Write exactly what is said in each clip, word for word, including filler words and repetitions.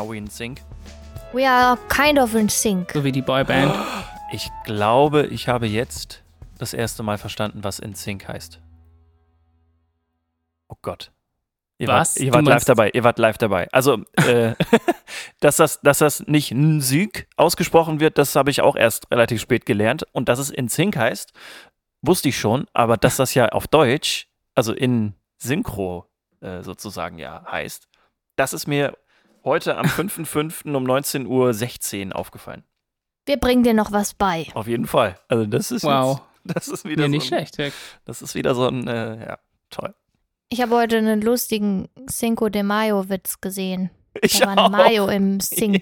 Are we in sync? We are kind of in sync. So wie die Boyband. Ich glaube, ich habe jetzt das erste Mal verstanden, was in sync heißt. Oh Gott. Ihr Was? Wart, ihr Du wart live meinst- dabei. Ihr wart live dabei. Also, äh, dass, das, dass das nicht N-Sync ausgesprochen wird, das habe ich auch erst relativ spät gelernt. Und dass es in Sync heißt, wusste ich schon. Aber dass das ja auf Deutsch, also in Synchro äh, sozusagen ja heißt, das ist mir heute am fünften fünften um neunzehn Uhr sechzehn aufgefallen. Wir bringen dir noch was bei. Auf jeden Fall. Also das ist Wow. jetzt, das ist wieder Ja, so nicht ein, schlecht. Ja. Das ist wieder so ein, äh, ja, toll. Ich habe heute einen lustigen Cinco de Mayo-Witz gesehen. Ich Da war auch. ein Mayo im Sync.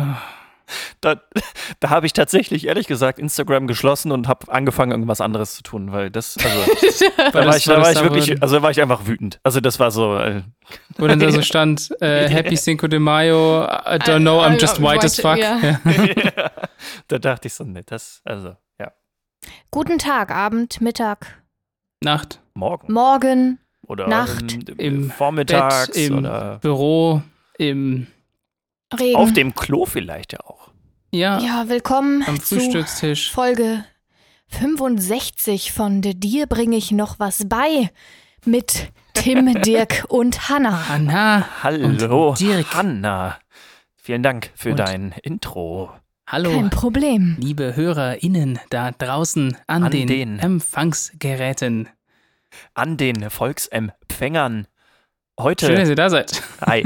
Da, da habe ich tatsächlich, ehrlich gesagt, Instagram geschlossen und habe angefangen, irgendwas anderes zu tun, weil das, also, da war ich, da war ich wirklich, also da war ich einfach wütend. Also das war so, äh, Wo dann da so stand, äh, Happy Cinco de Mayo, I don't know, I'm just white as fuck. Ja. Ja. da dachte ich so, ne, das, also, ja, Guten Tag, Abend, Mittag, Nacht, morgen Morgen. oder Nacht, im, im vormittags Bett, im oder Büro, im, Regen. auf dem Klo vielleicht ja auch. ja, Ja, willkommen am zu Frühstückstisch. Folge fünfundsechzig von Dir bringe ich noch was bei mit Tim, Dirk und Hannah. Anna, Hallo, Und Dirk. Hanna. Vielen Dank für Und- dein Intro. hallo, Kein Problem. liebe HörerInnen da draußen an, An den, den. Empfangsgeräten. An den Volksempfängern. Heute. Schön, dass ihr da seid. Hi.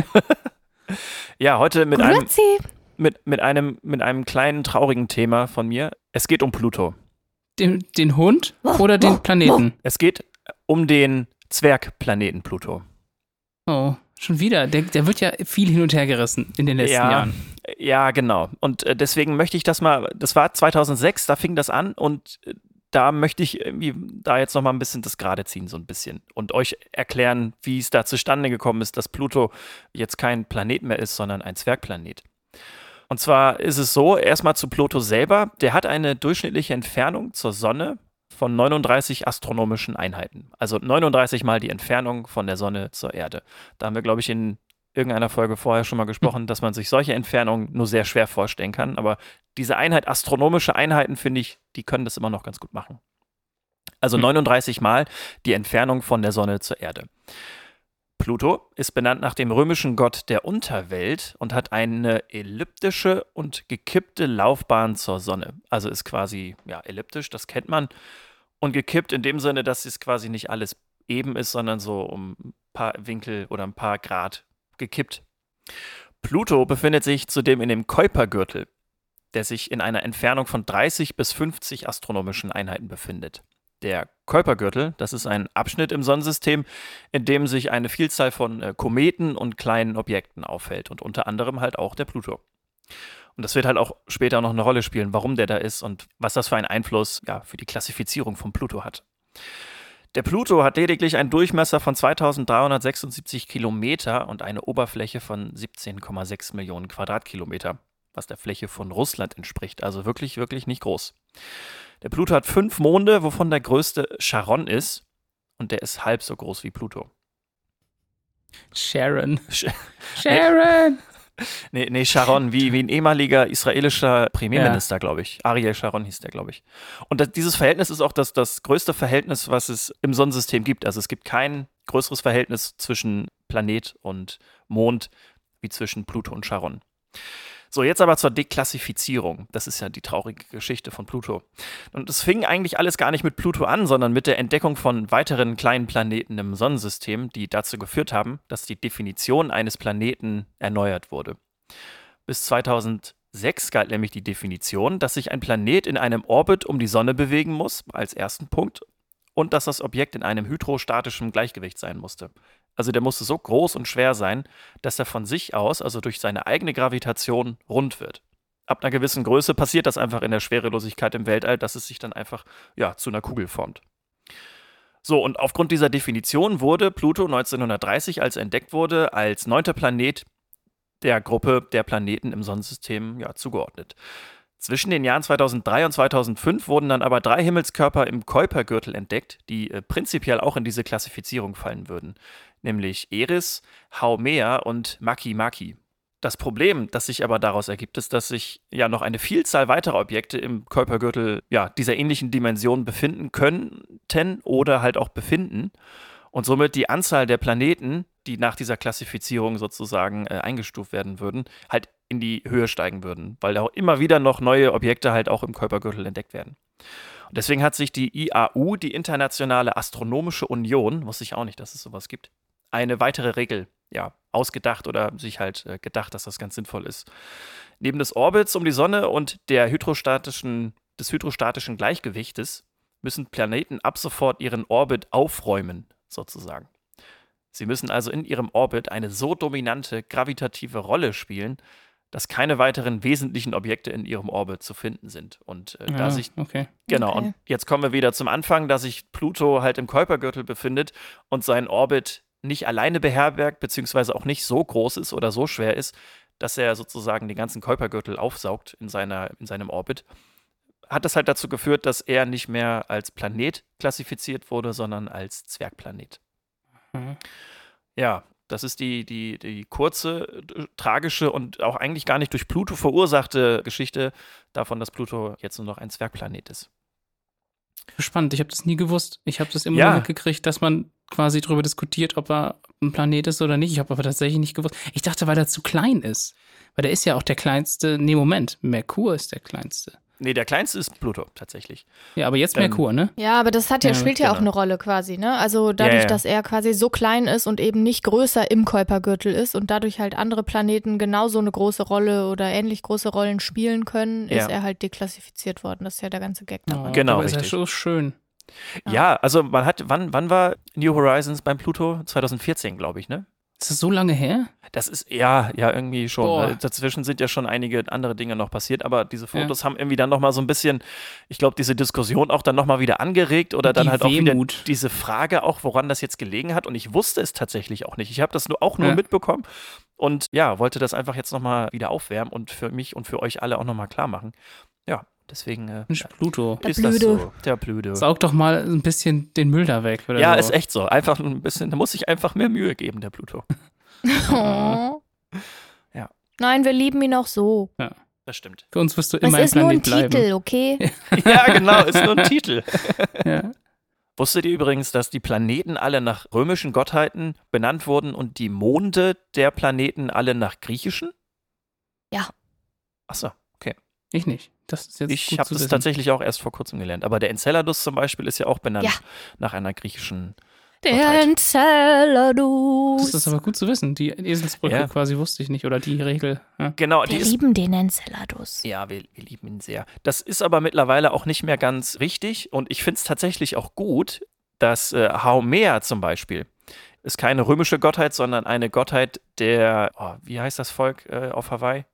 Ja, heute mit einem, Grüezi. mit, mit, einem, mit einem kleinen traurigen Thema von mir. Es geht um Pluto. Den, den Hund oder den Planeten? Es geht um den Zwergplaneten Pluto. Oh, schon wieder. Der, der wird ja viel hin und her gerissen in den letzten Ja. Jahren. Ja, genau. Und äh, deswegen möchte ich das mal, das war zweitausendsechs, da fing das an und äh, da möchte ich irgendwie da jetzt noch mal ein bisschen das gerade ziehen, so ein bisschen. Und euch erklären, wie es da zustande gekommen ist, dass Pluto jetzt kein Planet mehr ist, sondern ein Zwergplanet. Und zwar ist es so, erstmal zu Pluto selber, der hat eine durchschnittliche Entfernung zur Sonne von neununddreißig astronomischen Einheiten. Also neununddreißig mal die Entfernung von der Sonne zur Erde. Da haben wir, glaube ich, in irgendeiner Folge vorher schon mal gesprochen, dass man sich solche Entfernungen nur sehr schwer vorstellen kann. Aber diese Einheit, astronomische Einheiten, finde ich, die können das immer noch ganz gut machen. Also Hm. neununddreißig mal die Entfernung von der Sonne zur Erde. Pluto ist benannt nach dem römischen Gott der Unterwelt und hat eine elliptische und gekippte Laufbahn zur Sonne. Also ist quasi, ja, elliptisch, das kennt man. Und gekippt in dem Sinne, dass es quasi nicht alles eben ist, sondern so um ein paar Winkel oder ein paar Grad gekippt. Pluto befindet sich zudem in dem Kuipergürtel, der sich in einer Entfernung von dreißig bis fünfzig astronomischen Einheiten befindet. Der Kuipergürtel, das ist ein Abschnitt im Sonnensystem, in dem sich eine Vielzahl von äh, Kometen und kleinen Objekten auffällt und unter anderem halt auch der Pluto. Und das wird halt auch später noch eine Rolle spielen, warum der da ist und was das für einen Einfluss ja, für die Klassifizierung von Pluto hat. Der Pluto hat lediglich einen Durchmesser von zweitausenddreihundertsechsundsiebzig Kilometer und eine Oberfläche von siebzehn Komma sechs Millionen Quadratkilometer, was der Fläche von Russland entspricht. Also wirklich, wirklich nicht groß. Der Pluto hat fünf Monde, wovon der größte Charon ist. Und der ist halb so groß wie Pluto. Sharon. Sch- Sharon! Nee, nee Sharon, wie, wie ein ehemaliger israelischer Premierminister, glaube ich. Ariel Sharon hieß der, glaube ich. Und das, dieses Verhältnis ist auch das, das größte Verhältnis, was es im Sonnensystem gibt. Also es gibt kein größeres Verhältnis zwischen Planet und Mond wie zwischen Pluto und Charon. So, jetzt aber zur Deklassifizierung. Das ist ja die traurige Geschichte von Pluto. Und es fing eigentlich alles gar nicht mit Pluto an, sondern mit der Entdeckung von weiteren kleinen Planeten im Sonnensystem, die dazu geführt haben, dass die Definition eines Planeten erneuert wurde. Bis zweitausendsechs galt nämlich die Definition, dass sich ein Planet in einem Orbit um die Sonne bewegen muss, als ersten Punkt, und dass das Objekt in einem hydrostatischen Gleichgewicht sein musste. Also der musste so groß und schwer sein, dass er von sich aus, also durch seine eigene Gravitation, rund wird. Ab einer gewissen Größe passiert das einfach in der Schwerelosigkeit im Weltall, dass es sich dann einfach ja, zu einer Kugel formt. So, und aufgrund dieser Definition wurde Pluto neunzehnhundertdreißig, als er entdeckt wurde, als neunter Planet der Gruppe der Planeten im Sonnensystem ja, zugeordnet. Zwischen den Jahren zweitausenddrei und zweitausendfünf wurden dann aber drei Himmelskörper im Kuipergürtel entdeckt, die äh, prinzipiell auch in diese Klassifizierung fallen würden. Nämlich Eris, Haumea und Makemake. Das Problem, das sich aber daraus ergibt, ist, dass sich ja noch eine Vielzahl weiterer Objekte im Kuipergürtel ja, dieser ähnlichen Dimension befinden könnten oder halt auch befinden und somit die Anzahl der Planeten, die nach dieser Klassifizierung sozusagen äh, eingestuft werden würden, halt in die Höhe steigen würden, weil auch immer wieder noch neue Objekte halt auch im Kuipergürtel entdeckt werden. Und deswegen hat sich die I A U, die Internationale Astronomische Union, wusste ich auch nicht, dass es sowas gibt, eine weitere Regel ja, ausgedacht oder sich halt äh, gedacht, dass das ganz sinnvoll ist. Neben des Orbits um die Sonne und der hydrostatischen, des hydrostatischen Gleichgewichtes müssen Planeten ab sofort ihren Orbit aufräumen, sozusagen. Sie müssen also in ihrem Orbit eine so dominante gravitative Rolle spielen, dass keine weiteren wesentlichen Objekte in ihrem Orbit zu finden sind. Und äh, ja, da sich okay. Genau, Okay. und jetzt kommen wir wieder zum Anfang, dass sich Pluto halt im Kuipergürtel befindet und seinen Orbit nicht alleine beherbergt, beziehungsweise auch nicht so groß ist oder so schwer ist, dass er sozusagen den ganzen Kuipergürtel aufsaugt in, seiner, in seinem Orbit, hat das halt dazu geführt, dass er nicht mehr als Planet klassifiziert wurde, sondern als Zwergplanet. Mhm. Ja, das ist die, die, die kurze, äh, tragische und auch eigentlich gar nicht durch Pluto verursachte Geschichte davon, dass Pluto jetzt nur noch ein Zwergplanet ist. Spannend, ich habe das nie gewusst. Ich habe das immer Ja. nur mitgekriegt, dass man quasi darüber diskutiert, ob er ein Planet ist oder nicht. Ich habe aber tatsächlich nicht gewusst. Ich dachte, weil er zu klein ist. Weil der ist ja auch der kleinste. Nee, Moment, Merkur ist der kleinste. Nee, der kleinste ist Pluto, tatsächlich. Ja, aber jetzt Ähm, Merkur, ne? Ja, aber das hat ja, Ja, spielt ja auch genau. eine Rolle quasi, ne? Also dadurch, Ja, ja. dass er quasi so klein ist und eben nicht größer im Kuipergürtel ist und dadurch halt andere Planeten genauso eine große Rolle oder ähnlich große Rollen spielen können, Ja. ist er halt deklassifiziert worden. Das ist ja der ganze Gag dabei. Oh, Genau, aber ist ja richtig. so schön. Ja. Ja, also man hat, wann, wann war New Horizons beim Pluto? zwanzig vierzehn, glaube ich, ne? Ist das so lange her? Das ist, ja, ja, irgendwie schon. Boah. Weil dazwischen sind ja schon einige andere Dinge noch passiert, aber diese Fotos haben irgendwie dann nochmal so ein bisschen, ich glaube, diese Diskussion auch dann nochmal wieder angeregt oder dann Die halt auch wieder Wehmut. diese Frage auch, woran das jetzt gelegen hat. Und ich wusste es tatsächlich auch nicht. Ich habe das nur, auch nur Ja. mitbekommen und ja, wollte das einfach jetzt nochmal wieder aufwärmen und für mich und für euch alle auch nochmal klar machen. Ja, deswegen äh, Mensch, Pluto. Der ist das Blöde. so. Der Blöde. Saug doch mal ein bisschen den Müll da weg. Oder Ja, so. ist echt so. Einfach ein bisschen, da muss ich einfach mehr Mühe geben, der Pluto. Oh. Ja. Nein, wir lieben ihn auch so. Das stimmt. Für uns wirst du Es immer ein ist nur ein Planet bleiben. Titel, okay? Ja, genau, ist nur ein Titel. Ja. Wusstet ihr übrigens, dass die Planeten alle nach römischen Gottheiten benannt wurden und die Monde der Planeten alle nach griechischen? Ja. Achso, okay. Ich nicht. Das ist jetzt Ich gut habe zu das wissen. tatsächlich auch erst vor kurzem gelernt. Aber der Enceladus zum Beispiel ist ja auch benannt Ja. nach einer griechischen. Der Gottheit. Enceladus. Das ist aber gut zu wissen. Die Eselsbrücke Ja. quasi wusste ich nicht. Oder die Regel. Ja. Genau, die Wir ist. lieben den Enceladus. Ja, wir, wir lieben ihn sehr. Das ist aber mittlerweile auch nicht mehr ganz richtig und ich finde es tatsächlich auch gut, dass äh, Haumea zum Beispiel ist keine römische Gottheit, sondern eine Gottheit der, oh, wie heißt das Volk äh, auf Hawaii?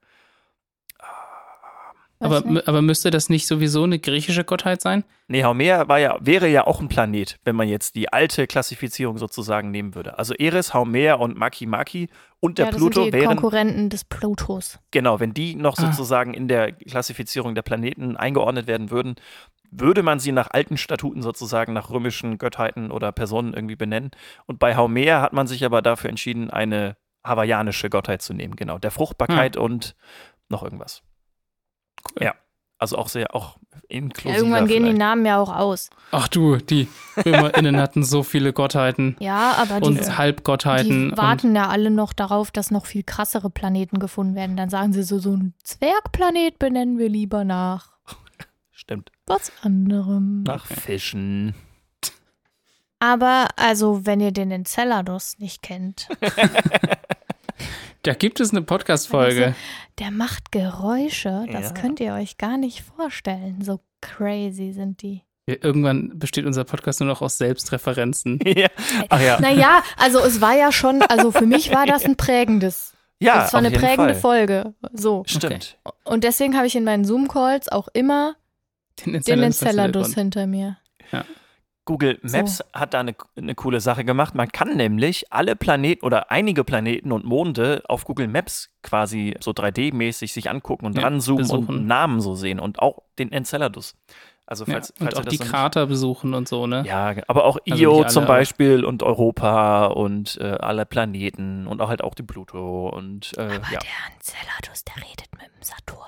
Aber, Weiß nicht. aber müsste das nicht sowieso eine griechische Gottheit sein? Nee, Haumea war ja, wäre ja auch ein Planet, wenn man jetzt die alte Klassifizierung sozusagen nehmen würde. Also Eris, Haumea und Maki Maki und der ja, das Pluto sind die wären, Konkurrenten des Plutos. genau, wenn die noch Ah. sozusagen in der Klassifizierung der Planeten eingeordnet werden würden, würde man sie nach alten Statuten sozusagen nach römischen Gottheiten oder Personen irgendwie benennen. Und bei Haumea hat man sich aber dafür entschieden, eine hawaiianische Gottheit zu nehmen, genau, der Fruchtbarkeit und noch irgendwas. Cool. Ja, also auch sehr, auch Ja, inklusiver irgendwann gehen die vielleicht. Namen ja auch aus. Ach du, die RömerInnen hatten so viele Gottheiten Ja, aber die, und Halbgottheiten. die warten ja alle noch darauf, dass noch viel krassere Planeten gefunden werden. Dann sagen sie so, so einen Zwergplanet benennen wir lieber nach Stimmt. was anderem. Nach Fischen. Aber, also, wenn ihr den Enceladus nicht kennt, Und da gibt es eine Podcast-Folge. der macht Geräusche, das Ja. könnt ihr euch gar nicht vorstellen. So crazy sind die. Wir- Irgendwann besteht unser Podcast nur noch aus Selbstreferenzen. Ja. Ach ja. Naja, also es war ja schon, also für mich war das ein prägendes. Ja, das war auf eine jeden prägende Fall. Folge. So. Stimmt. Und deswegen habe ich in meinen Zoom-Calls auch immer Den den Enceladus Enceladus hinter mir. Google Maps hat da eine, eine coole Sache gemacht. Man kann nämlich alle Planeten oder einige Planeten und Monde auf Google Maps quasi so drei D-mäßig sich angucken und Ja, ranzoomen und besuchen. Namen so sehen und auch den Enceladus. Also Ja, falls, und falls ihr auch das die noch nicht- Krater besuchen und so, ne? Ja, aber auch Also Io nicht alle, zum aber- Beispiel und Europa und äh, alle Planeten und auch halt auch die Pluto und äh, Aber ja. der Enceladus, der redet mit dem Saturn.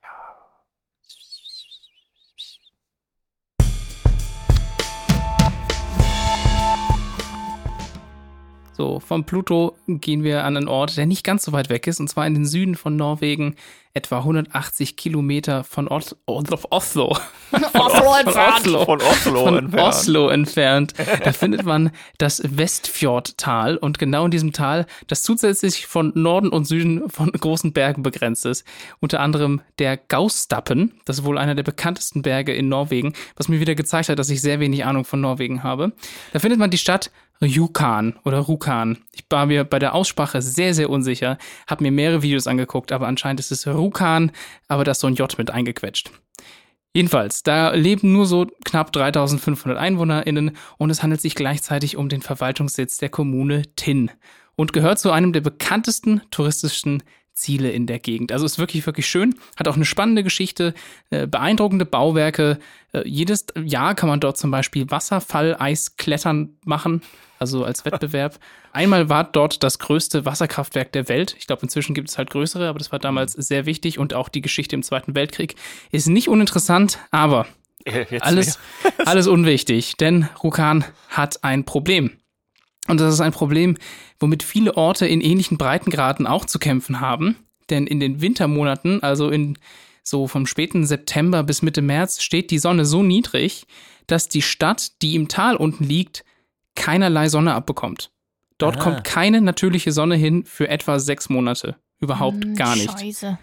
So, vom Pluto gehen wir an einen Ort, der nicht ganz so weit weg ist, und zwar in den Süden von Norwegen, etwa hundertachtzig Kilometer von Os- Oslo. Oslo entfernt. Oslo. Von Oslo Von entfernt. Oslo entfernt. Da findet man das Westfjordtal, und genau in diesem Tal, das zusätzlich von Norden und Süden von großen Bergen begrenzt ist. Unter anderem der Gausstappen, das ist wohl einer der bekanntesten Berge in Norwegen, was mir wieder gezeigt hat, dass ich sehr wenig Ahnung von Norwegen habe. Da findet man die Stadt Rjukan oder Rjukan. Ich war mir bei der Aussprache sehr, sehr unsicher, habe mir mehrere Videos angeguckt, aber anscheinend ist es Rjukan, aber da ist so ein J mit eingequetscht. Jedenfalls, da leben nur so knapp dreitausendfünfhundert EinwohnerInnen, und es handelt sich gleichzeitig um den Verwaltungssitz der Kommune Tinn und gehört zu einem der bekanntesten touristischen Ziele in der Gegend. Also ist wirklich, wirklich schön, hat auch eine spannende Geschichte, äh, beeindruckende Bauwerke. Äh, jedes Jahr kann man dort zum Beispiel Wasserfalleisklettern machen, also als Wettbewerb. Einmal war dort das größte Wasserkraftwerk der Welt. Ich glaube, inzwischen gibt es halt größere, aber das war damals sehr wichtig, und auch die Geschichte im Zweiten Weltkrieg ist nicht uninteressant, aber Jetzt alles, alles unwichtig, denn Rjukan hat ein Problem. Und das ist ein Problem, womit viele Orte in ähnlichen Breitengraden auch zu kämpfen haben. Denn in den Wintermonaten, also in so vom späten September bis Mitte März, steht die Sonne so niedrig, dass die Stadt, die im Tal unten liegt, keinerlei Sonne abbekommt. Dort Ah. kommt keine natürliche Sonne hin für etwa sechs Monate. Überhaupt Hm, gar nicht. Scheiße.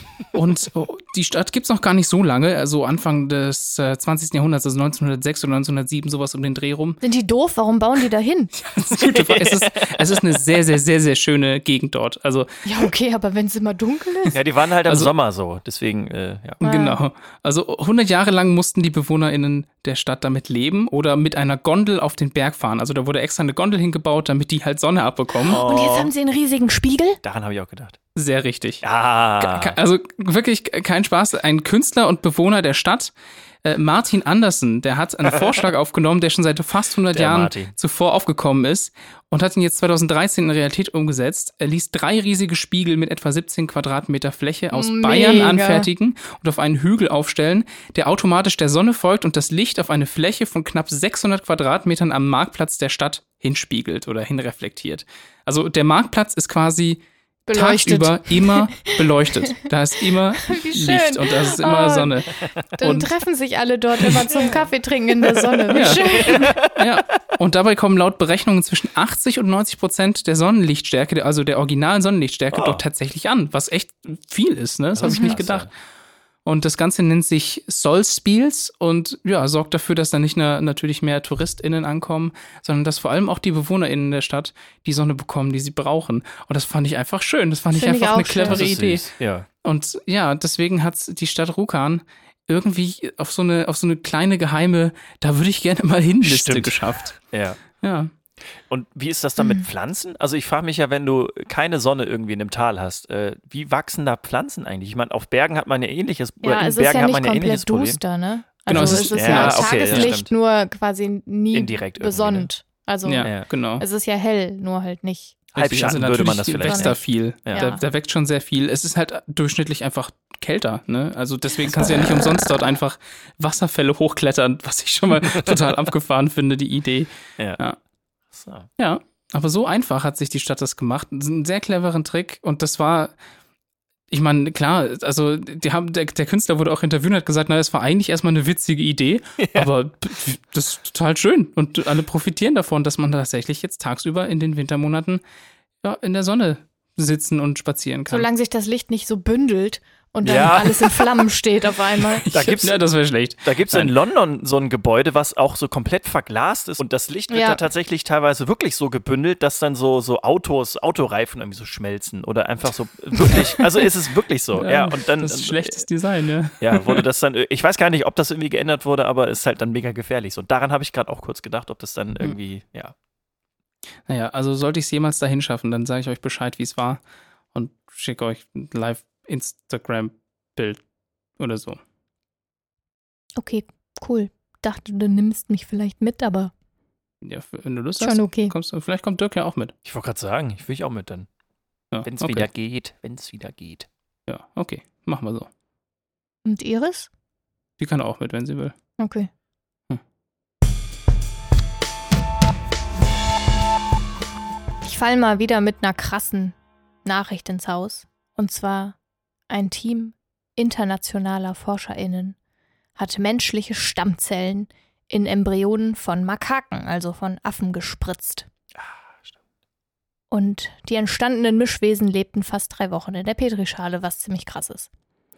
Und oh, die Stadt gibt's noch gar nicht so lange, also Anfang des äh, zwanzigsten Jahrhunderts, also neunzehnhundertsechs oder neunzehnhundertsieben, sowas um den Dreh rum. Sind die doof? Warum bauen die da hin? Das ist eine gute Frage. Es ist, es ist eine sehr, sehr, sehr, sehr schöne Gegend dort. Also Ja, okay, aber wenn es immer dunkel ist. Ja, die waren halt im Also- Sommer so, deswegen, äh, ja. Ah. genau. Also hundert Jahre lang mussten die BewohnerInnen der Stadt damit leben oder mit einer Gondel auf den Berg fahren. Also da wurde extra eine Gondel hingebaut, damit die halt Sonne abbekommen. Und jetzt haben sie einen riesigen Spiegel? Daran habe ich auch gedacht. Sehr richtig. Ah. Ke- Also wirklich kein Spaß. Ein Künstler und Bewohner der Stadt, äh, Martin Andersen, der hat einen Vorschlag aufgenommen, der schon seit fast hundert Der Jahren Martin. zuvor aufgekommen ist, und hat ihn jetzt zweitausenddreizehn in Realität umgesetzt. Er ließ drei riesige Spiegel mit etwa siebzehn Quadratmeter Fläche aus Mega. Bayern anfertigen und auf einen Hügel aufstellen, der automatisch der Sonne folgt und das Licht auf eine Fläche von knapp sechshundert Quadratmetern am Marktplatz der Stadt hinspiegelt oder hinreflektiert. Also der Marktplatz ist quasi Beleuchtet. tagsüber immer beleuchtet. Da ist immer Wie schön. Licht und da ist immer Oh. Sonne. Dann Und- treffen sich alle dort immer zum Kaffee trinken in der Sonne. Wie Ja. schön. Ja. Und dabei kommen laut Berechnungen zwischen achtzig und neunzig Prozent der Sonnenlichtstärke, also der originalen Sonnenlichtstärke, Oh. dort tatsächlich an, was echt viel ist, ne? Das, habe ist ich nicht krass, gedacht. Und das Ganze nennt sich Solspiels und ja, sorgt dafür, dass da nicht nur natürlich mehr TouristInnen ankommen, sondern dass vor allem auch die BewohnerInnen der Stadt die Sonne bekommen, die sie brauchen. Und das fand ich einfach schön. Das fand ich Finde ich einfach auch eine schön. clevere Das ist Idee. süß. Ja. Und ja, deswegen hat die Stadt Rjukan irgendwie auf so eine, auf so eine kleine geheime, da würde ich gerne mal hin Liste Stimmt. geschafft. Ja. Ja. Und wie ist das dann Hm. mit Pflanzen? Also ich frage mich ja, wenn du keine Sonne irgendwie in einem Tal hast, äh, wie wachsen da Pflanzen eigentlich? Ich meine, auf Bergen hat man ja ähnliches, oder Ja, in es ist Bergen ja hat nicht man ja ähnliches komplett Problem. duster, ne? Genau, Also es es ist- ist, ja, ja, okay, ja, Tageslicht, stimmt. nur quasi nie Indirekt irgendwie, besonnt. Also Ja, Ja. genau. es ist ja hell, nur halt nicht. Richtig, Halbschatten würde man natürlich das vielleicht wächst nennen. da viel. Ja. Da, da wächst schon sehr viel. Es ist halt durchschnittlich einfach kälter, ne? Also deswegen kannst du ja nicht umsonst dort einfach Wasserfälle hochklettern, was ich schon mal total abgefahren finde, die Idee. Ja. Ja. So. Ja, aber so einfach hat sich die Stadt das gemacht. Das ist ein sehr cleveren Trick, und das war, ich meine, klar, also die haben, der, der Künstler wurde auch interviewt und hat gesagt, na, das war eigentlich erstmal eine witzige Idee, aber das ist total schön und alle profitieren davon, dass man tatsächlich jetzt tagsüber in den Wintermonaten ja, in der Sonne sitzen und spazieren kann. Solange sich das Licht nicht so bündelt und dann Ja. alles in Flammen steht auf einmal. Da gibt's, ja, das wäre schlecht. da gibt's in London so ein Gebäude, was auch so komplett verglast ist und das Licht wird Ja. da tatsächlich teilweise wirklich so gebündelt, dass dann so, so Autos, Autoreifen irgendwie so schmelzen oder einfach so wirklich, also ist es wirklich so. Ja, und dann, das ist schlechtes Design, ja. ja, wurde das dann, ich weiß gar nicht, ob das irgendwie geändert wurde, aber ist halt dann mega gefährlich. So, und daran habe ich gerade auch kurz gedacht, ob das dann irgendwie, ja. Naja, also sollte ich es jemals dahin schaffen, dann sage ich euch Bescheid, wie es war, und schicke euch ein Live-Instagram-Bild oder so. Okay. Cool. Dachte, du nimmst mich vielleicht mit, aber Ja, wenn du Lust schon hast, okay. kommst du. Vielleicht kommt Dirk ja auch mit. Ich wollte gerade sagen, ich will ich auch mit dann. Ja, Wenn es okay. wieder geht, wenn es wieder geht. Ja, okay. Machen wir so. Und Iris? Die kann auch mit, wenn sie will. Okay. Hm. Ich fall mal wieder mit einer krassen Nachricht ins Haus. Und zwar ein Team internationaler ForscherInnen hat menschliche Stammzellen in Embryonen von Makaken, also von Affen, gespritzt. Ah, stimmt. Und die entstandenen Mischwesen lebten fast drei Wochen in der Petrischale, was ziemlich krass ist.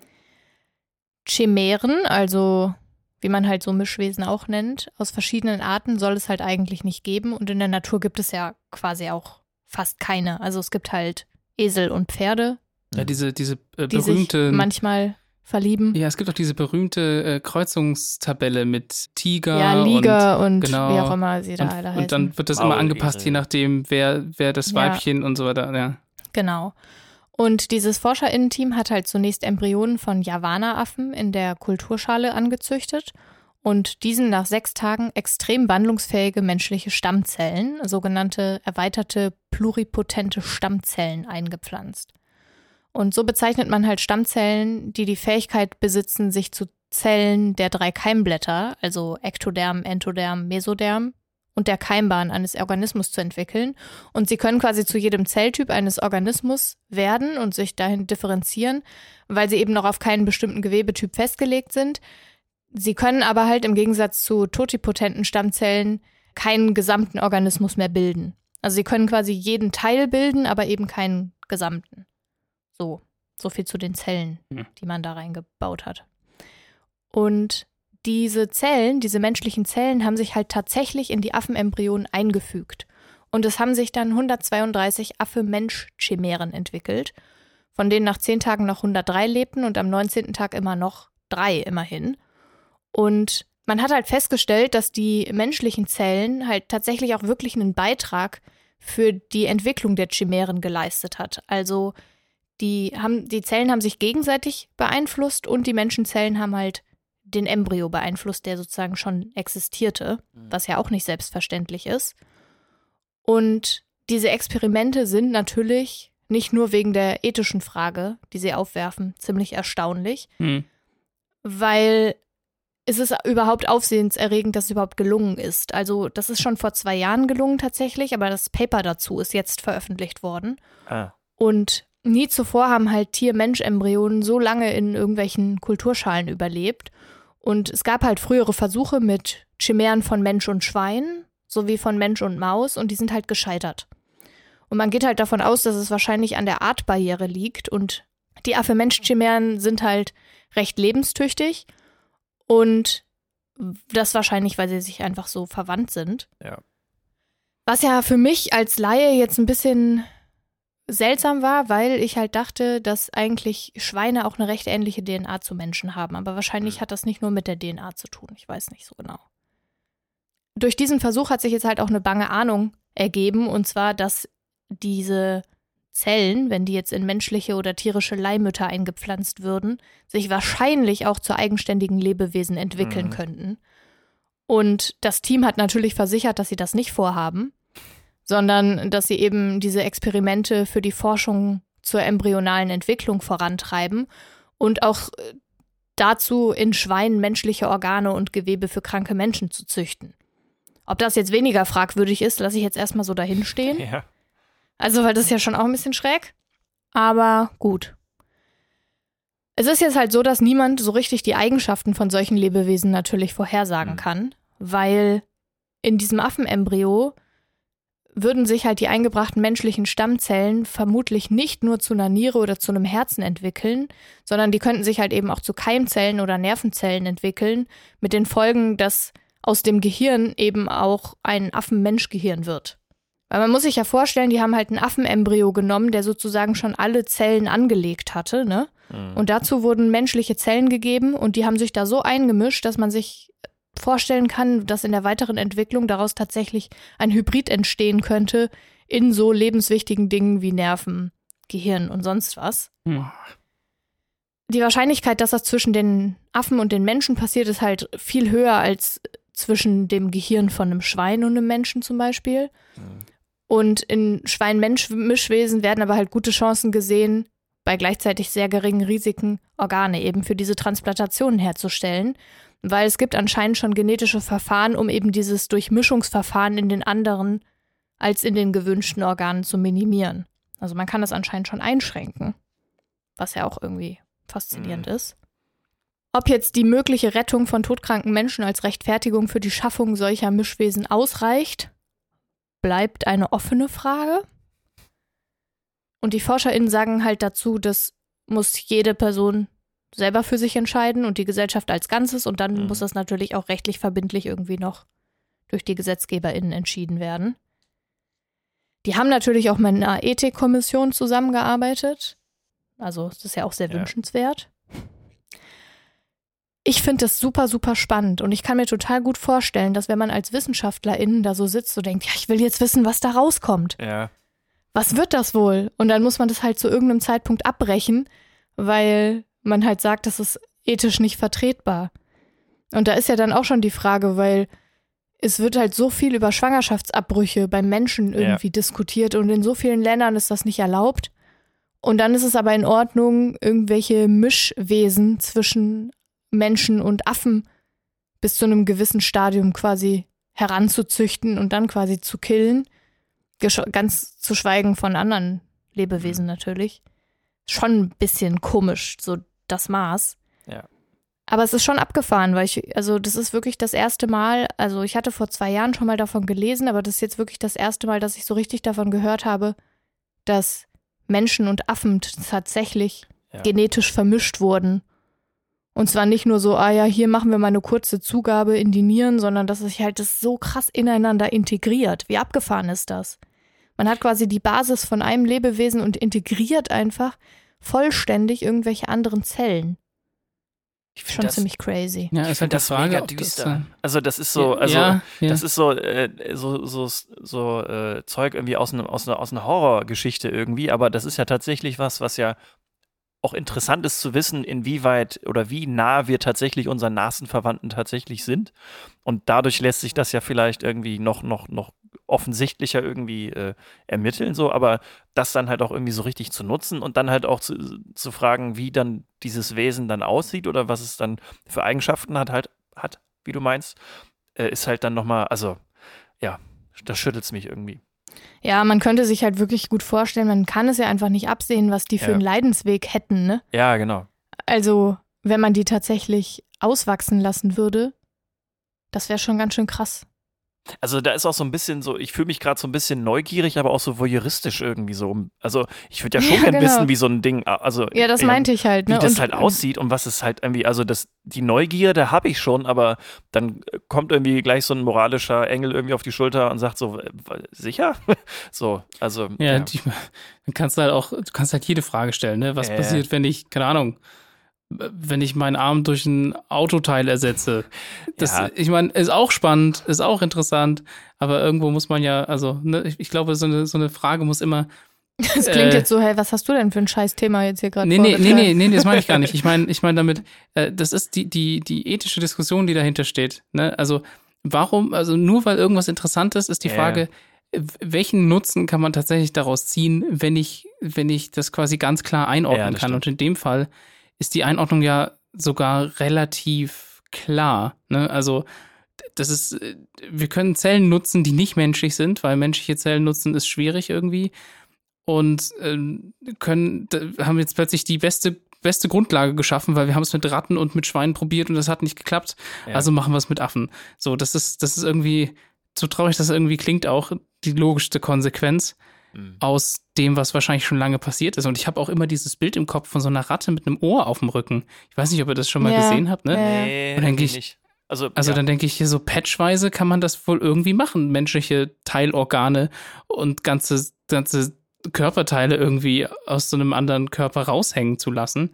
Chimären, also wie man halt so Mischwesen auch nennt, aus verschiedenen Arten soll es halt eigentlich nicht geben. Und in der Natur gibt es ja quasi auch fast keine. Also es gibt halt Esel und Pferde, Ja, diese, diese äh, die berühmte. sich manchmal verlieben. Ja, es gibt auch diese berühmte äh, Kreuzungstabelle mit Tiger. Ja, Liger und, genau. wie auch immer sie da und, alle und, heißen. und dann wird das immer Maulesel. angepasst, je nachdem, wer, wer das Ja. Weibchen und so weiter. Ja. Genau. Und dieses ForscherInnen-Team hat halt zunächst Embryonen von Javana-Affen in der Kulturschale angezüchtet und diesen nach sechs Tagen extrem wandlungsfähige menschliche Stammzellen, sogenannte erweiterte pluripotente Stammzellen, eingepflanzt. Und so bezeichnet man halt Stammzellen, die die Fähigkeit besitzen, sich zu Zellen der drei Keimblätter, also Ektoderm, Entoderm, Mesoderm, und der Keimbahn eines Organismus zu entwickeln. Und sie können quasi zu jedem Zelltyp eines Organismus werden und sich dahin differenzieren, weil sie eben noch auf keinen bestimmten Gewebetyp festgelegt sind. Sie können aber halt im Gegensatz zu totipotenten Stammzellen keinen gesamten Organismus mehr bilden. Also sie können quasi jeden Teil bilden, aber eben keinen gesamten. So, so viel zu den Zellen, Mhm. die man da reingebaut hat. Und diese Zellen, diese menschlichen Zellen, haben sich halt tatsächlich in die Affenembryonen eingefügt. Und es haben sich dann hundertzweiunddreißig Affe-Mensch-Chimären entwickelt, von denen nach zehn Tagen noch hundertdrei lebten und am neunzehnten Tag immer noch drei immerhin. Und man hat halt festgestellt, dass die menschlichen Zellen halt tatsächlich auch wirklich einen Beitrag für die Entwicklung der Chimären geleistet hat. Also die, haben, die Zellen haben sich gegenseitig beeinflusst und die Menschenzellen haben halt den Embryo beeinflusst, der sozusagen schon existierte, was ja auch nicht selbstverständlich ist. Und diese Experimente sind natürlich nicht nur wegen der ethischen Frage, die sie aufwerfen, ziemlich erstaunlich, Hm. weil es ist überhaupt aufsehenserregend, dass es überhaupt gelungen ist. Also das ist schon vor zwei Jahren gelungen tatsächlich, aber das Paper dazu ist jetzt veröffentlicht worden. Ah. Und nie zuvor haben halt Tier-Mensch-Embryonen so lange in irgendwelchen Kulturschalen überlebt. Und es gab halt frühere Versuche mit Chimären von Mensch und Schwein, sowie von Mensch und Maus, und die sind halt gescheitert. Und man geht halt davon aus, dass es wahrscheinlich an der Artbarriere liegt. Und die Affe-Mensch-Chimären sind halt recht lebenstüchtig. Und das wahrscheinlich, weil sie sich einfach so verwandt sind. Ja. Was ja für mich als Laie jetzt ein bisschen seltsam war, weil ich halt dachte, dass eigentlich Schweine auch eine recht ähnliche D N A zu Menschen haben. Aber wahrscheinlich Mhm. hat das nicht nur mit der D N A zu tun. Ich weiß nicht so genau. Durch diesen Versuch hat sich jetzt halt auch eine bange Ahnung ergeben. Und zwar, dass diese Zellen, wenn die jetzt in menschliche oder tierische Leihmütter eingepflanzt würden, sich wahrscheinlich auch zu eigenständigen Lebewesen entwickeln Mhm. könnten. Und das Team hat natürlich versichert, dass sie das nicht vorhaben, sondern dass sie eben diese Experimente für die Forschung zur embryonalen Entwicklung vorantreiben und auch dazu in Schweinen menschliche Organe und Gewebe für kranke Menschen zu züchten. Ob das jetzt weniger fragwürdig ist, lasse ich jetzt erstmal so dahinstehen. Ja. Also, weil das ist ja schon auch ein bisschen schräg. Aber gut. Es ist jetzt halt so, dass niemand so richtig die Eigenschaften von solchen Lebewesen natürlich vorhersagen Mhm. kann, weil in diesem Affenembryo würden sich halt die eingebrachten menschlichen Stammzellen vermutlich nicht nur zu einer Niere oder zu einem Herzen entwickeln, sondern die könnten sich halt eben auch zu Keimzellen oder Nervenzellen entwickeln, mit den Folgen, dass aus dem Gehirn eben auch ein Affen-Mensch-Gehirn wird. Weil man muss sich ja vorstellen, die haben halt ein Affenembryo genommen, der sozusagen schon alle Zellen angelegt hatte, ne? Mhm. Und dazu wurden menschliche Zellen gegeben und die haben sich da so eingemischt, dass man sich vorstellen kann, dass in der weiteren Entwicklung daraus tatsächlich ein Hybrid entstehen könnte in so lebenswichtigen Dingen wie Nerven, Gehirn und sonst was. Hm. die Wahrscheinlichkeit, dass das zwischen den Affen und den Menschen passiert, ist halt viel höher als zwischen dem Gehirn von einem Schwein und einem Menschen zum Beispiel. Mhm. Und in Schwein-Mensch-Mischwesen werden aber halt gute Chancen gesehen, bei gleichzeitig sehr geringen Risiken Organe eben für diese Transplantationen herzustellen. Weil es gibt anscheinend schon genetische Verfahren, um eben dieses Durchmischungsverfahren in den anderen als in den gewünschten Organen zu minimieren. Also man kann das anscheinend schon einschränken, was ja auch irgendwie faszinierend mhm. ist. Ob jetzt die mögliche Rettung von todkranken Menschen als Rechtfertigung für die Schaffung solcher Mischwesen ausreicht, bleibt eine offene Frage. Und die ForscherInnen sagen halt dazu, das muss jede Person selber für sich entscheiden und die Gesellschaft als Ganzes und dann mhm. muss das natürlich auch rechtlich verbindlich irgendwie noch durch die GesetzgeberInnen entschieden werden. Die haben natürlich auch mit einer Ethikkommission zusammengearbeitet. Also das ist ja auch sehr ja. wünschenswert. Ich finde das super, super spannend und ich kann mir total gut vorstellen, dass wenn man als WissenschaftlerInnen da so sitzt und denkt, ja, ich will jetzt wissen, was da rauskommt. Ja. Was wird das wohl? Und dann muss man das halt zu irgendeinem Zeitpunkt abbrechen, weil man halt sagt, das ist ethisch nicht vertretbar. Und da ist ja dann auch schon die Frage, weil es wird halt so viel über Schwangerschaftsabbrüche beim Menschen irgendwie ja. diskutiert und in so vielen Ländern ist das nicht erlaubt. Und dann ist es aber in Ordnung, irgendwelche Mischwesen zwischen Menschen und Affen bis zu einem gewissen Stadium quasi heranzuzüchten und dann quasi zu killen. Gesch- ganz zu schweigen von anderen Lebewesen natürlich. Schon ein bisschen komisch, so das Maß. Ja. Aber es ist schon abgefahren, weil ich, also das ist wirklich das erste Mal, also ich hatte vor zwei Jahren schon mal davon gelesen, aber das ist jetzt wirklich das erste Mal, dass ich so richtig davon gehört habe, dass Menschen und Affen tatsächlich ja. genetisch vermischt wurden. Und zwar nicht nur so, ah ja, hier machen wir mal eine kurze Zugabe in die Nieren, sondern dass sich halt das so krass ineinander integriert. Wie abgefahren ist das? Man hat quasi die Basis von einem Lebewesen und integriert einfach vollständig irgendwelche anderen Zellen. Ich Schon das, ziemlich crazy. Ja, ist halt das Frage, mega düster. Das, also das ist so, also ja, ja. das ist so, äh, so, so, so äh, Zeug irgendwie aus, ne, aus, ne, aus einer Horrorgeschichte irgendwie, aber das ist ja tatsächlich was, was ja auch interessant ist zu wissen, inwieweit oder wie nah wir tatsächlich unseren nahesten Verwandten tatsächlich sind. Und dadurch lässt sich das ja vielleicht irgendwie noch, noch, noch offensichtlicher irgendwie äh, ermitteln, so, aber das dann halt auch irgendwie so richtig zu nutzen und dann halt auch zu, zu fragen, wie dann dieses Wesen dann aussieht oder was es dann für Eigenschaften hat, halt, hat, wie du meinst, äh, ist halt dann nochmal, also, ja, das schüttelt es mich irgendwie. Ja, man könnte sich halt wirklich gut vorstellen, man kann es ja einfach nicht absehen, was die für ja. einen Leidensweg hätten, ne? Ja, genau. Also, wenn man die tatsächlich auswachsen lassen würde, das wäre schon ganz schön krass. Also da ist auch so ein bisschen so, ich fühle mich gerade so ein bisschen neugierig, aber auch so voyeuristisch irgendwie so. Also ich würde ja schon ja, gerne genau. wissen, wie so ein Ding, also ja, das meinte ich halt, ne? Wie das und, halt aussieht und was es halt irgendwie, also das, die Neugierde habe ich schon, aber dann kommt irgendwie gleich so ein moralischer Engel irgendwie auf die Schulter und sagt so, sicher? So, also. Ja, ja. Die, dann kannst du halt auch, du kannst halt jede Frage stellen, ne? Was äh. passiert, wenn ich, keine Ahnung, wenn ich meinen Arm durch ein Autoteil ersetze. Das, ja. Ich meine, ist auch spannend, ist auch interessant, aber irgendwo muss man ja, also, ne, ich, ich glaube, so eine, so eine Frage muss immer. Das klingt äh, jetzt so, hey, was hast du denn für ein scheiß Thema jetzt hier gerade nee, nee, nee, nee, nee, das meine ich gar nicht. Ich meine, ich meine damit, äh, das ist die, die, die ethische Diskussion, die dahinter steht. Ne? Also, warum, also nur weil irgendwas interessant ist, ist die Frage, ja. welchen Nutzen kann man tatsächlich daraus ziehen, wenn ich, wenn ich das quasi ganz klar einordnen ja, kann. Stimmt. Und in dem Fall ist die Einordnung ja sogar relativ klar. Ne? Also das ist, wir können Zellen nutzen, die nicht menschlich sind, weil menschliche Zellen nutzen ist schwierig irgendwie und ähm, können, haben jetzt plötzlich die beste, beste Grundlage geschaffen, weil wir haben es mit Ratten und mit Schweinen probiert und das hat nicht geklappt. Ja. Also machen wir es mit Affen. So, das ist, das ist irgendwie, so traurig das irgendwie klingt, auch die logischste Konsequenz aus dem, was wahrscheinlich schon lange passiert ist. Und ich habe auch immer dieses Bild im Kopf von so einer Ratte mit einem Ohr auf dem Rücken. Ich weiß nicht, ob ihr das schon mal ja. gesehen habt, ne? Nee, und dann denke ich, nicht. Also, also ja. dann denke ich hier so patchweise kann man das wohl irgendwie machen, menschliche Teilorgane und ganze, ganze Körperteile irgendwie aus so einem anderen Körper raushängen zu lassen.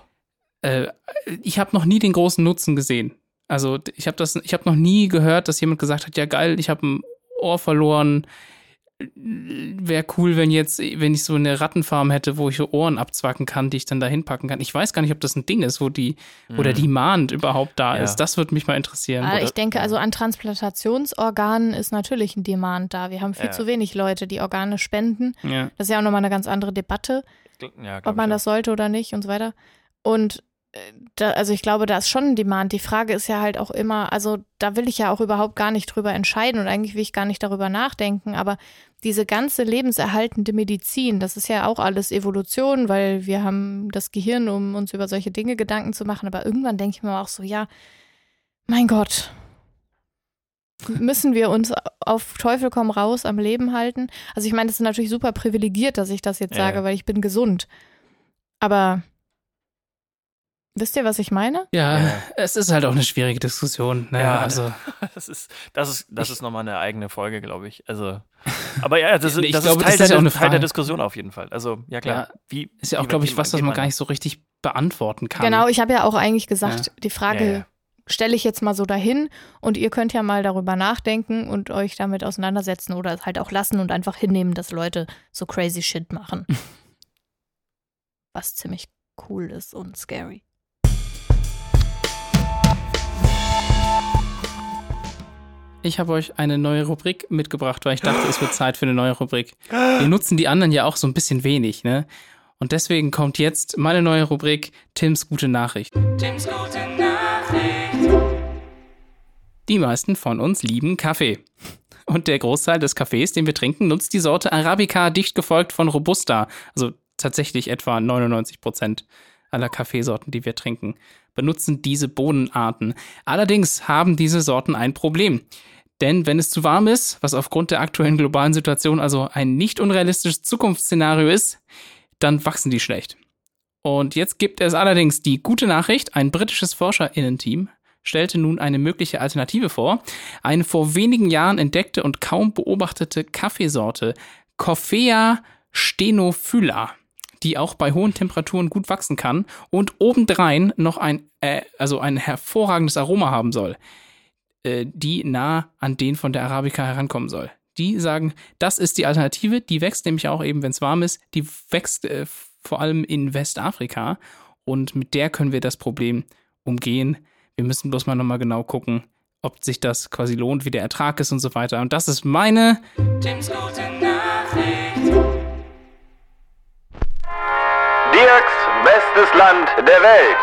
Äh, ich habe noch nie den großen Nutzen gesehen. Also ich habe das, ich habe noch nie gehört, dass jemand gesagt hat, ja geil, ich habe ein Ohr verloren, wäre cool, wenn jetzt, wenn ich so eine Rattenfarm hätte, wo ich so Ohren abzwacken kann, die ich dann da hinpacken kann. Ich weiß gar nicht, ob das ein Ding ist, wo die, wo der Demand überhaupt da Ja. ist. Das würde mich mal interessieren. Ah, ich denke, also an Transplantationsorganen ist natürlich ein Demand da. Wir haben viel Ja. zu wenig Leute, die Organe spenden. Ja. Das ist ja auch nochmal eine ganz andere Debatte, Ja, glaub ob man ich das sollte oder nicht und so weiter. Und äh, da, also ich glaube, da ist schon ein Demand. Die Frage ist ja halt auch immer, also da will ich ja auch überhaupt gar nicht drüber entscheiden und eigentlich will ich gar nicht darüber nachdenken, aber diese ganze lebenserhaltende Medizin, das ist ja auch alles Evolution, weil wir haben das Gehirn, um uns über solche Dinge Gedanken zu machen, aber irgendwann denke ich mir auch so, ja, mein Gott, müssen wir uns auf Teufel komm raus am Leben halten? Also ich meine, das ist natürlich super privilegiert, dass ich das jetzt Ja, sage, ja. weil ich bin gesund. Aber wisst ihr, was ich meine? Ja, Ja. es ist halt auch eine schwierige Diskussion. Ne? Ja, also, Das ist, das ist, das ist nochmal eine eigene Folge, glaube ich. Also, aber ja, das ist, Ich das glaube, ist Teil, das ist der, ja auch eine Teil der Frage. Diskussion auf jeden Fall. Also, ja klar. Ja, wie, ist ja auch, wie glaube ich, geht was, was geht man gar nicht so richtig beantworten kann. Genau, ich habe ja auch eigentlich gesagt, Ja. die Frage Ja, ja. stelle ich jetzt mal so dahin und ihr könnt ja mal darüber nachdenken und euch damit auseinandersetzen oder es halt auch lassen und einfach hinnehmen, dass Leute so crazy shit machen. Was ziemlich cool ist und scary. Ich habe euch eine neue Rubrik mitgebracht, weil ich dachte, es wird Zeit für eine neue Rubrik. Wir nutzen die anderen ja auch so ein bisschen wenig, ne? Und deswegen kommt jetzt meine neue Rubrik Tims gute Nachricht. Tims gute Nachricht. Die meisten von uns lieben Kaffee. Und der Großteil des Kaffees, den wir trinken, nutzt die Sorte Arabica, dicht gefolgt von Robusta. Also tatsächlich etwa neunundneunzig Prozent aller Kaffeesorten, die wir trinken, benutzen diese Bohnenarten. Allerdings haben diese Sorten ein Problem. Denn wenn es zu warm ist, was aufgrund der aktuellen globalen Situation also ein nicht unrealistisches Zukunftsszenario ist, dann wachsen die schlecht. Und jetzt gibt es allerdings die gute Nachricht, ein britisches ForscherInnen-Team stellte nun eine mögliche Alternative vor. Eine vor wenigen Jahren entdeckte und kaum beobachtete Kaffeesorte, Coffea stenophylla, die auch bei hohen Temperaturen gut wachsen kann und obendrein noch ein, äh, also ein hervorragendes Aroma haben soll, äh, die nah an den von der Arabica herankommen soll. Die sagen, das ist die Alternative, die wächst nämlich auch eben, wenn es warm ist, die wächst äh, vor allem in Westafrika und mit der können wir das Problem umgehen. Wir müssen bloß mal nochmal genau gucken, ob sich das quasi lohnt, wie der Ertrag ist und so weiter. Und das ist meine Tims gute Nachricht. Dirks bestes Land der Welt.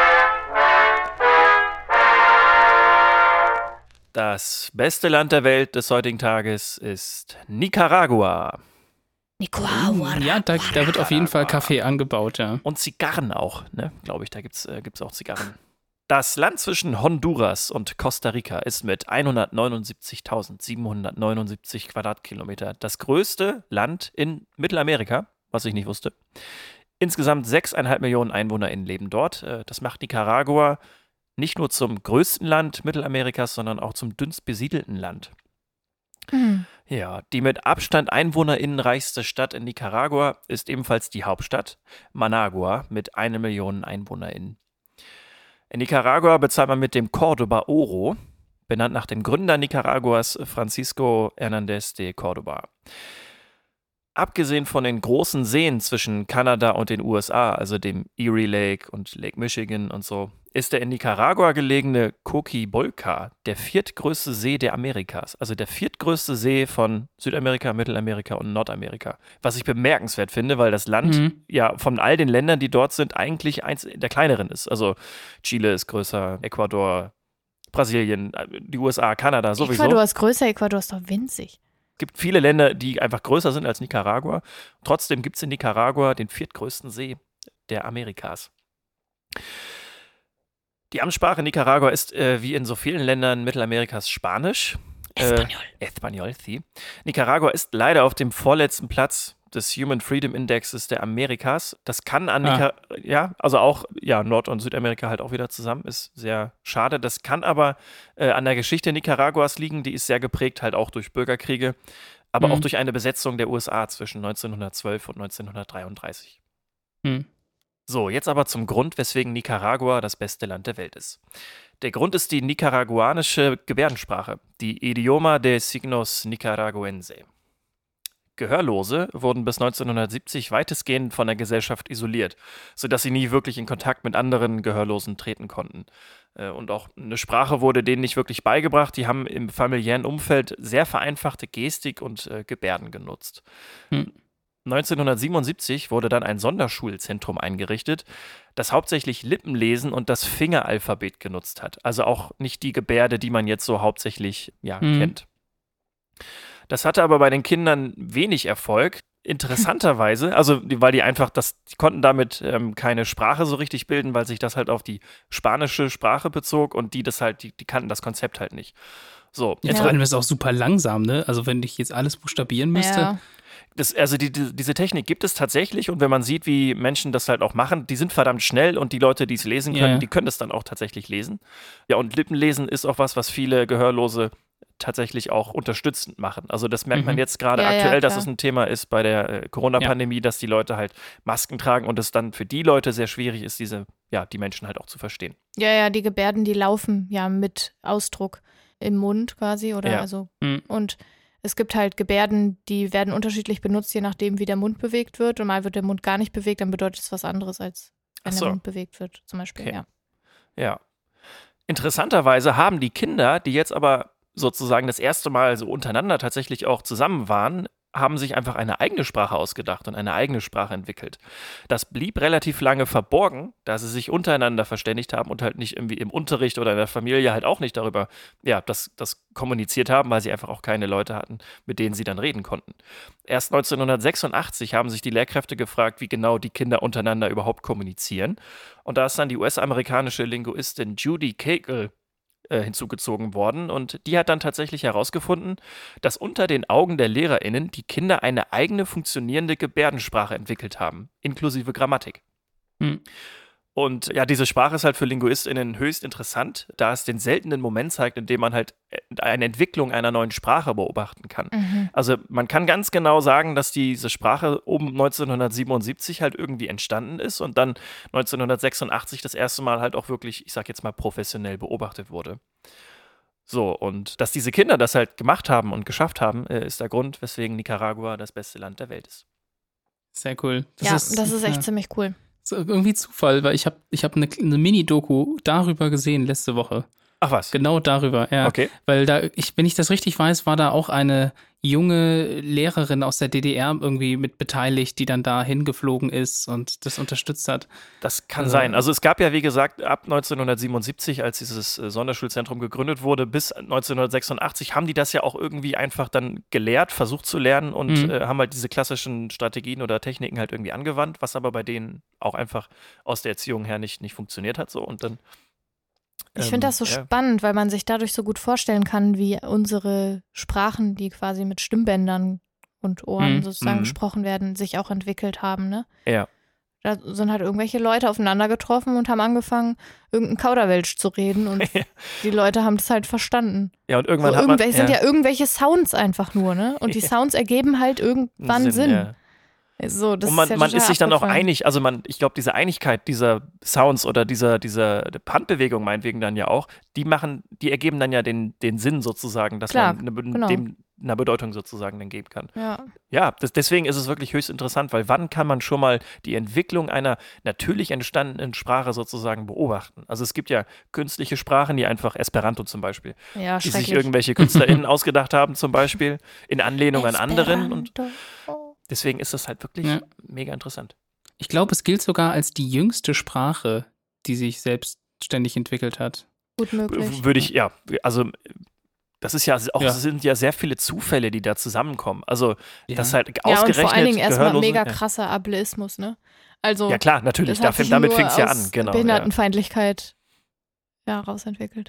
Das beste Land der Welt des heutigen Tages ist Nicaragua. Nicaragua. Ja, da, da wird auf jeden Fall Kaffee angebaut, ja. Und Zigarren auch, ne? Glaube ich, da gibt es äh, gibt's auch Zigarren. Das Land zwischen Honduras und Costa Rica ist mit hundertneunundsiebzigtausendsiebenhundertneunundsiebzig Quadratkilometer das größte Land in Mittelamerika, was ich nicht wusste. Insgesamt sechs Komma fünf Millionen EinwohnerInnen leben dort. Äh, Das macht Nicaragua nicht nur zum größten Land Mittelamerikas, sondern auch zum dünnst besiedelten Land. Hm. Ja, die mit Abstand einwohnerinnenreichste Stadt in Nicaragua ist ebenfalls die Hauptstadt, Managua, mit einer Million EinwohnerInnen. In Nicaragua bezahlt man mit dem Córdoba Oro, benannt nach dem Gründer Nicaraguas, Francisco Hernández de Córdoba. Abgesehen von den großen Seen zwischen Kanada und den U S A, also dem Erie Lake und Lake Michigan und so, ist der in Nicaragua gelegene Coquibolca der viertgrößte See der Amerikas, also der viertgrößte See von Südamerika, Mittelamerika und Nordamerika. Was ich bemerkenswert finde, weil das Land Mhm. ja von all den Ländern, die dort sind, eigentlich eins der kleineren ist. Also Chile ist größer, Ecuador, Brasilien, die U S A, Kanada sowieso. Ecuador ist größer, Ecuador ist doch winzig. Es gibt viele Länder, die einfach größer sind als Nicaragua. Trotzdem gibt es in Nicaragua den viertgrößten See der Amerikas. Die Amtssprache in Nicaragua ist, äh, wie in so vielen Ländern Mittelamerikas, Spanisch. Espanol. Äh, Espanol, sí. Nicaragua ist leider auf dem vorletzten Platz des Human Freedom Indexes der Amerikas. Das kann an Ah. Nicar- ja, also auch, ja, Nord- und Südamerika halt auch wieder zusammen, ist sehr schade. Das kann aber äh, an der Geschichte Nicaraguas liegen, die ist sehr geprägt halt auch durch Bürgerkriege, aber Mhm. auch durch eine Besetzung der U S A zwischen neunzehnhundertzwölf und neunzehnhundertdreiunddreißig. Mhm. So, jetzt aber zum Grund, weswegen Nicaragua das beste Land der Welt ist. Der Grund ist die nicaraguanische Gebärdensprache, die Idioma de Signos Nicaraguense. Gehörlose wurden bis neunzehnhundertsiebzig weitestgehend von der Gesellschaft isoliert, sodass sie nie wirklich in Kontakt mit anderen Gehörlosen treten konnten. Und auch eine Sprache wurde denen nicht wirklich beigebracht. Die haben im familiären Umfeld sehr vereinfachte Gestik und äh, Gebärden genutzt. Hm. neunzehnhundertsiebenundsiebzig wurde dann ein Sonderschulzentrum eingerichtet, das hauptsächlich Lippenlesen und das Fingeralphabet genutzt hat. Also auch nicht die Gebärde, die man jetzt so hauptsächlich ja, hm. kennt. Das hatte aber bei den Kindern wenig Erfolg. Interessanterweise, also weil die einfach, das, die konnten damit ähm, keine Sprache so richtig bilden, weil sich das halt auf die spanische Sprache bezog und die das halt, die, die kannten das Konzept halt nicht. So. Ja. Vor allem ist es auch super langsam, ne? Also wenn ich jetzt alles buchstabieren müsste. Ja. Das, also die, die, diese Technik gibt es tatsächlich und wenn man sieht, wie Menschen das halt auch machen, die sind verdammt schnell und die Leute, die es lesen können, ja. die können das dann auch tatsächlich lesen. Ja, und Lippenlesen ist auch was, was viele Gehörlose tatsächlich auch unterstützend machen. Also das merkt mhm. man jetzt gerade ja, aktuell, ja, dass es ein Thema ist bei der äh, Corona-Pandemie, ja. dass die Leute halt Masken tragen und es dann für die Leute sehr schwierig ist, diese, ja, die Menschen halt auch zu verstehen. Ja, ja, die Gebärden, die laufen ja mit Ausdruck im Mund quasi oder ja. also mhm. und es gibt halt Gebärden, die werden unterschiedlich benutzt, je nachdem, wie der Mund bewegt wird. Und mal wird der Mund gar nicht bewegt, dann bedeutet es was anderes, als wenn so. der Mund bewegt wird, zum Beispiel. Okay. Ja. ja. Interessanterweise haben die Kinder, die jetzt aber sozusagen das erste Mal so untereinander tatsächlich auch zusammen waren, haben sich einfach eine eigene Sprache ausgedacht und eine eigene Sprache entwickelt. Das blieb relativ lange verborgen, da sie sich untereinander verständigt haben und halt nicht irgendwie im Unterricht oder in der Familie halt auch nicht darüber, ja, das, das kommuniziert haben, weil sie einfach auch keine Leute hatten, mit denen sie dann reden konnten. Erst neunzehnhundertsechsundachtzig haben sich die Lehrkräfte gefragt, wie genau die Kinder untereinander überhaupt kommunizieren. Und da ist dann die U S-amerikanische Linguistin Judy Cagle hinzugezogen worden und die hat dann tatsächlich herausgefunden, dass unter den Augen der LehrerInnen die Kinder eine eigene funktionierende Gebärdensprache entwickelt haben, inklusive Grammatik. Hm. Und ja, diese Sprache ist halt für LinguistInnen höchst interessant, da es den seltenen Moment zeigt, in dem man halt eine Entwicklung einer neuen Sprache beobachten kann. Mhm. Also man kann ganz genau sagen, dass diese Sprache um neunzehnhundertsiebenundsiebzig halt irgendwie entstanden ist und dann neunzehnhundertsechsundachtzig das erste Mal halt auch wirklich, ich sag jetzt mal, professionell beobachtet wurde. So, und dass diese Kinder das halt gemacht haben und geschafft haben, ist der Grund, weswegen Nicaragua das beste Land der Welt ist. Sehr cool. Das ja, ist, das ist echt ja. ziemlich cool. So, irgendwie Zufall, weil ich habe ich hab eine, eine Mini-Doku darüber gesehen letzte Woche. Ach was? Genau darüber, ja. Okay. Weil da, ich, wenn ich das richtig weiß, war da auch eine junge Lehrerin aus der D D R irgendwie mit beteiligt, die dann da hingeflogen ist und das unterstützt hat. Das kann also, sein. Also es gab ja, wie gesagt, ab neunzehnhundertsiebenundsiebzig, als dieses äh, Sonderschulzentrum gegründet wurde, bis neunzehnhundertsechsundachtzig haben die das ja auch irgendwie einfach dann gelehrt, versucht zu lernen und mhm. äh, haben halt diese klassischen Strategien oder Techniken halt irgendwie angewandt, was aber bei denen auch einfach aus der Erziehung her nicht, nicht funktioniert hat so und dann Ich finde das so ja. spannend, weil man sich dadurch so gut vorstellen kann, wie unsere Sprachen, die quasi mit Stimmbändern und Ohren Mhm. sozusagen Mhm. gesprochen werden, sich auch entwickelt haben, ne? Ja. Da sind halt irgendwelche Leute aufeinander getroffen und haben angefangen, irgendein Kauderwelsch zu reden und Ja. die Leute haben das halt verstanden. Ja, und irgendwann So hat man... irgendwelche, sind ja irgendwelche Sounds einfach nur, ne? Und die Ja. Sounds ergeben halt irgendwann Sinn. Ja. So, das und man, ist, ja man ist total sich dann auch abgefahren. einig, also man, ich glaube, diese Einigkeit dieser Sounds oder dieser, dieser Handbewegung meinetwegen dann ja auch, die machen, die ergeben dann ja den, den Sinn sozusagen, dass Klar, man eine, genau. dem eine Bedeutung sozusagen dann geben kann. Ja. Ja, das, deswegen ist es wirklich höchst interessant, weil wann kann man schon mal die Entwicklung einer natürlich entstandenen Sprache sozusagen beobachten? Also es gibt ja künstliche Sprachen, die einfach Esperanto zum Beispiel, Ja, die sich schrecklich. irgendwelche KünstlerInnen ausgedacht haben zum Beispiel, in Anlehnung an anderen und Esperanto. deswegen ist das halt wirklich Ja. mega interessant. Ich glaube, es gilt sogar als die jüngste Sprache, die sich selbstständig entwickelt hat. Gut möglich. Würde ich, ja, also das ist ja auch, Ja. es sind ja sehr viele Zufälle, die da zusammenkommen. Also Ja. das halt Ja, und ausgerechnet vor allen Dingen erstmal Gehörlose- mega ja. krasser Ableismus, ne? Also, Ja klar, natürlich, das hat dafür, sich damit nur fing es ja aus an, genau. Ja. Behindertenfeindlichkeit ja, rausentwickelt.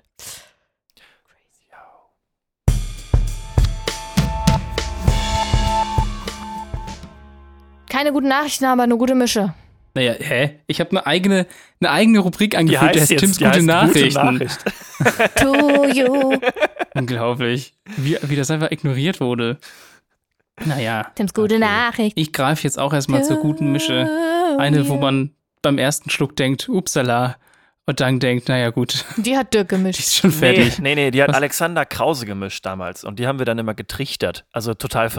Keine guten Nachrichten, aber eine gute Mische. Naja, hä? Ich habe eine eigene, eine eigene Rubrik Die angefügt, die heißt heißt jetzt, Tims die gute heißt Nachrichten. Gute Nachricht. To you. Unglaublich. Wie, wie das einfach ignoriert wurde. Naja. Tims gute okay. Nachricht. Ich greife jetzt auch erstmal zur guten Mische. Eine, wo man beim ersten Schluck denkt, upsala. Und dann denkt, naja gut, Die hat Dirk die gemischt. ist schon Nee, fertig. nee, nee, die hat Was? Alexander Krause gemischt damals und die haben wir dann immer getrichtert. Also total verrückt.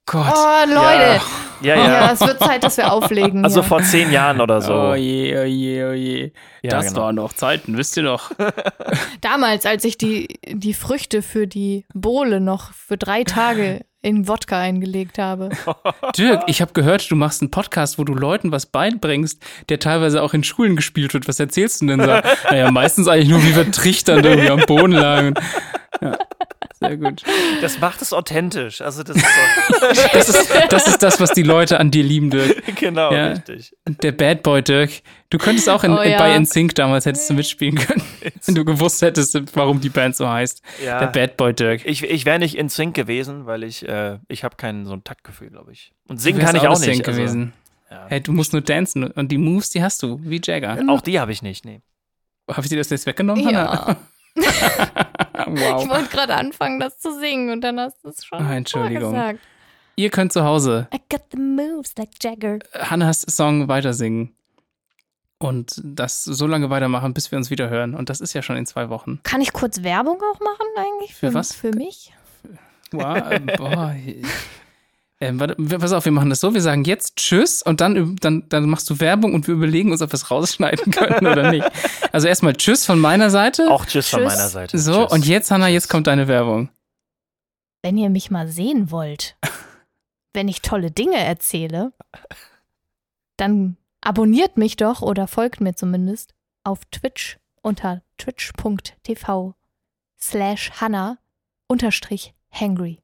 Gott. Oh, Leute. Ja, ja. Ja, ja. es wird Zeit, dass wir auflegen. Also hier. vor zehn Jahren oder so. Oh je, oh je, oh je. Ja, das genau. waren noch Zeiten, wisst ihr noch? Damals, als ich die, die Früchte für die Bohle noch für drei Tage in Wodka eingelegt habe. Dirk, ich habe gehört, du machst einen Podcast, wo du Leuten was beibringst, der teilweise auch in Schulen gespielt wird. Was erzählst du denn da? Naja, meistens eigentlich nur, wie wir trichtern irgendwie am Boden lagen. Ja, sehr gut. Das macht es authentisch. Also das ist so. Das ist, das ist das, was die Leute an dir lieben, Dirk. Genau, Ja. richtig. Der Bad Boy Dirk. Du könntest auch in, Oh, ja. bei N Sync damals hättest du mitspielen können, wenn du gewusst hättest, warum die Band so heißt. Ja. Der Bad Boy Dirk. Ich, ich wäre nicht in Sync gewesen, weil ich, äh, ich habe keinen so ein Taktgefühl, glaube ich. Und Du singen wärst kann ich auch das nicht. Sync gewesen. Also, ja. Hey, du musst nur dancen und die Moves, die hast du, wie Jagger. Auch die habe ich nicht, nee. Habe ich dir das jetzt weggenommen, Hannah? Ja. Ich Wow. wollte gerade anfangen, das zu singen und dann hast du es schon Ah, Entschuldigung. gesagt. Ihr könnt zu Hause I got the moves like Jagger. Hannahs Song weitersingen und das so lange weitermachen, bis wir uns wieder hören. Und das ist ja schon in zwei Wochen. Kann ich kurz Werbung auch machen eigentlich? Für was? Für mich? Wow, äh, boah. Ähm, warte, pass auf, wir machen das so, wir sagen jetzt Tschüss und dann, dann, dann machst du Werbung und wir überlegen uns, ob wir es rausschneiden können oder nicht. Also erstmal Tschüss von meiner Seite. Auch tschüss, von Tschüss. meiner Seite. So, Tschüss. und jetzt, Hannah, jetzt kommt deine Werbung. Wenn ihr mich mal sehen wollt, wenn ich tolle Dinge erzähle, dann abonniert mich doch oder folgt mir zumindest auf Twitch unter twitch.tv slash Hannah unterstrich hangry.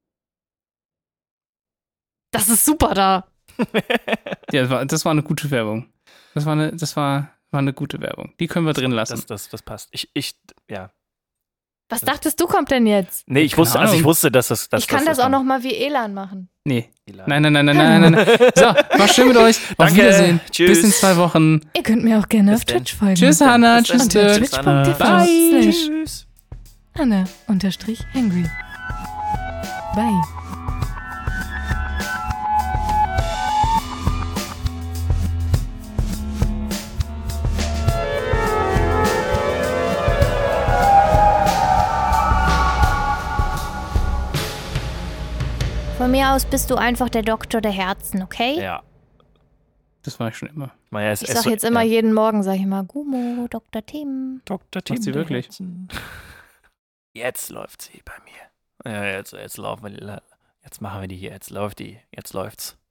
Das ist super da. Ja, das war, das war eine gute Werbung. Das war eine, das war, war eine gute Werbung. Die können wir drin lassen. Das, das, das passt. Ich, ich, ja. Was dachtest du, kommt denn jetzt? Nee, ich Keine wusste, also ich Ahnung. wusste, dass das, dass ich kann das, das auch noch mal wie Elan machen. Nee. dann- Nein, nein, nein, nein, nein, nein, nein. So, war schön mit euch. Auf Danke. Wiedersehen. Tschüss. Bis in zwei Wochen. Ihr könnt mir auch gerne Bis auf denn. Twitch folgen. Tschüss, Hannah. Bis dann. Tschüss, Dirk. Twitch.tv Bye. slash Tschüss. Hannah unterstrich hangry. Bye. Von mir aus bist du einfach der Doktor der Herzen, okay? Ja. Das war ich schon immer. Maja, es, Ich es sag so- jetzt immer ja. jeden Morgen, sag ich mal, Gummo, Doktor Tim. Doktor Tim. Macht sie der wirklich? Herzen. Jetzt läuft sie bei mir. Ja, jetzt, jetzt laufen wir, die- jetzt machen wir die hier, jetzt läuft die, jetzt läuft's.